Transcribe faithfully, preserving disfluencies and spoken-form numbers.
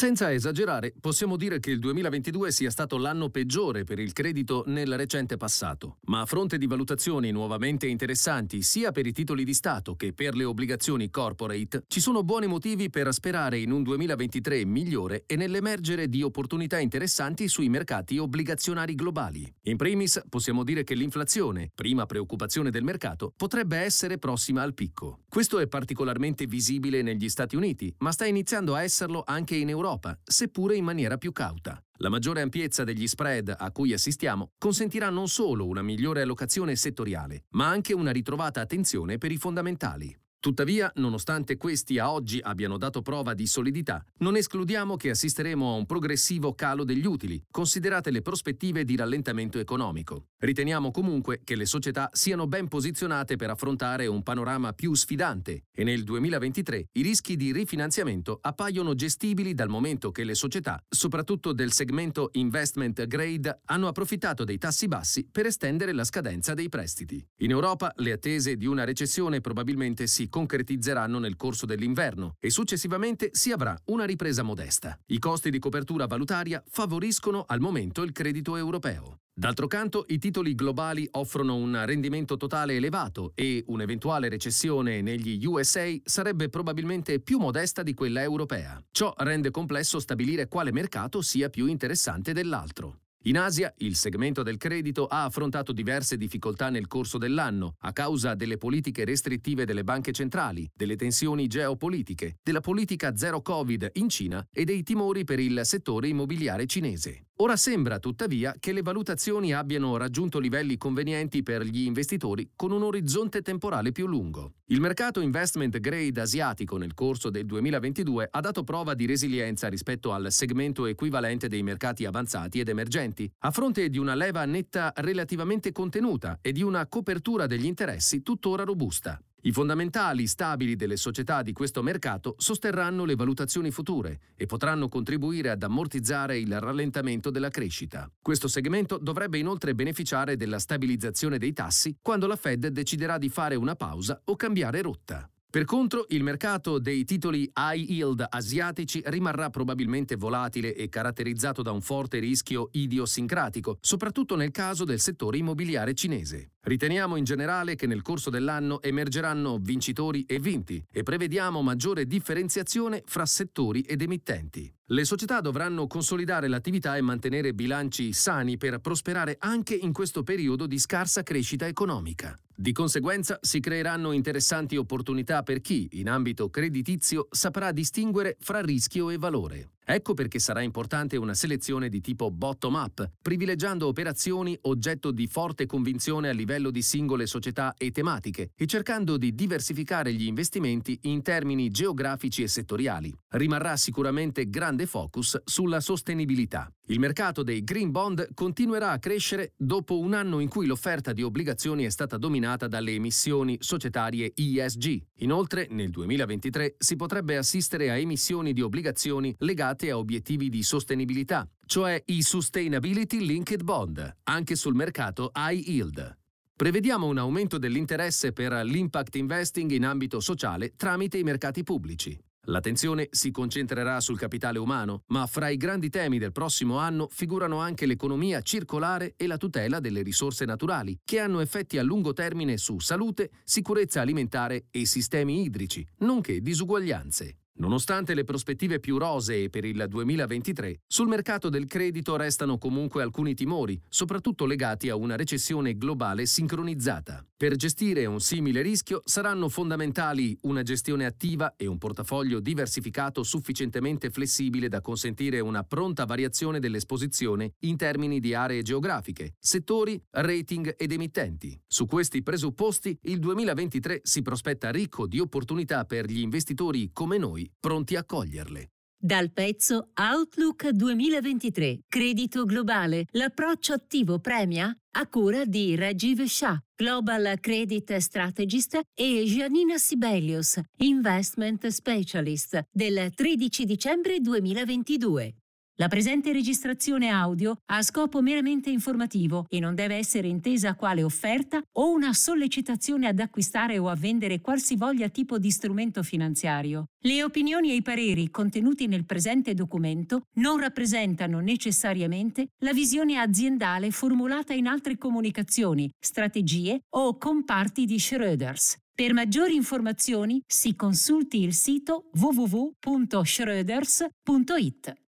Senza esagerare, possiamo dire che il duemilaventidue sia stato l'anno peggiore per il credito nel recente passato, ma a fronte di valutazioni nuovamente interessanti sia per i titoli di Stato che per le obbligazioni corporate, ci sono buoni motivi per sperare in un duemilaventitré migliore e nell'emergere di opportunità interessanti sui mercati obbligazionari globali. In primis, possiamo dire che l'inflazione, prima preoccupazione del mercato, potrebbe essere prossima al picco. Questo è particolarmente visibile negli Stati Uniti, ma sta iniziando a esserlo anche in Europa. Europa, seppure in maniera più cauta. La maggiore ampiezza degli spread a cui assistiamo consentirà non solo una migliore allocazione settoriale, ma anche una ritrovata attenzione per i fondamentali. Tuttavia, nonostante questi a oggi abbiano dato prova di solidità, non escludiamo che assisteremo a un progressivo calo degli utili, considerate le prospettive di rallentamento economico. Riteniamo comunque che le società siano ben posizionate per affrontare un panorama più sfidante e nel duemilaventitré i rischi di rifinanziamento appaiono gestibili dal momento che le società, soprattutto del segmento investment grade, hanno approfittato dei tassi bassi per estendere la scadenza dei prestiti. In Europa le attese di una recessione probabilmente si concretizzeranno nel corso dell'inverno e successivamente si avrà una ripresa modesta. I costi di copertura valutaria favoriscono al momento il credito europeo. D'altro canto, i titoli globali offrono un rendimento totale elevato e un'eventuale recessione negli U S A sarebbe probabilmente più modesta di quella europea. Ciò rende complesso stabilire quale mercato sia più interessante dell'altro. In Asia, il segmento del credito ha affrontato diverse difficoltà nel corso dell'anno a causa delle politiche restrittive delle banche centrali, delle tensioni geopolitiche, della politica zero Covid in Cina e dei timori per il settore immobiliare cinese. Ora sembra, tuttavia, che le valutazioni abbiano raggiunto livelli convenienti per gli investitori con un orizzonte temporale più lungo. Il mercato investment grade asiatico nel corso del duemilaventidue ha dato prova di resilienza rispetto al segmento equivalente dei mercati avanzati ed emergenti, a fronte di una leva netta relativamente contenuta e di una copertura degli interessi tuttora robusta. I fondamentali stabili delle società di questo mercato sosterranno le valutazioni future e potranno contribuire ad ammortizzare il rallentamento della crescita. Questo segmento dovrebbe inoltre beneficiare della stabilizzazione dei tassi quando la Fed deciderà di fare una pausa o cambiare rotta. Per contro, il mercato dei titoli high yield asiatici rimarrà probabilmente volatile e caratterizzato da un forte rischio idiosincratico, soprattutto nel caso del settore immobiliare cinese. Riteniamo in generale che nel corso dell'anno emergeranno vincitori e vinti e prevediamo maggiore differenziazione fra settori ed emittenti. Le società dovranno consolidare l'attività e mantenere bilanci sani per prosperare anche in questo periodo di scarsa crescita economica. Di conseguenza si creeranno interessanti opportunità per chi, in ambito creditizio, saprà distinguere fra rischio e valore. Ecco perché sarà importante una selezione di tipo bottom-up, privilegiando operazioni oggetto di forte convinzione a livello di singole società e tematiche e cercando di diversificare gli investimenti in termini geografici e settoriali. Rimarrà sicuramente grande focus sulla sostenibilità. Il mercato dei green bond continuerà a crescere dopo un anno in cui l'offerta di obbligazioni è stata dominata dalle emissioni societarie E S G. Inoltre, nel duemilaventitré si potrebbe assistere a emissioni di obbligazioni legate a obiettivi di sostenibilità, cioè i Sustainability Linked Bond, anche sul mercato high yield. Prevediamo un aumento dell'interesse per l'impact investing in ambito sociale tramite i mercati pubblici. L'attenzione si concentrerà sul capitale umano, ma fra i grandi temi del prossimo anno figurano anche l'economia circolare e la tutela delle risorse naturali, che hanno effetti a lungo termine su salute, sicurezza alimentare e sistemi idrici, nonché disuguaglianze. Nonostante le prospettive più rosee per il duemilaventitré, sul mercato del credito restano comunque alcuni timori, soprattutto legati a una recessione globale sincronizzata. Per gestire un simile rischio saranno fondamentali una gestione attiva e un portafoglio diversificato sufficientemente flessibile da consentire una pronta variazione dell'esposizione in termini di aree geografiche, settori, rating ed emittenti. Su questi presupposti, il duemilaventitré si prospetta ricco di opportunità per gli investitori come noi, pronti a coglierle. Dal pezzo Outlook duemilaventitré, credito globale, l'approccio attivo premia a cura di Rajiv Shah, Global Credit Strategist, e Giannina Sibelius, Investment Specialist, del tredici dicembre duemilaventidue. La presente registrazione audio ha scopo meramente informativo e non deve essere intesa quale offerta o una sollecitazione ad acquistare o a vendere qualsivoglia tipo di strumento finanziario. Le opinioni e i pareri contenuti nel presente documento non rappresentano necessariamente la visione aziendale formulata in altre comunicazioni, strategie o comparti di Schroders. Per maggiori informazioni si consulti il sito w w w punto schroders punto it.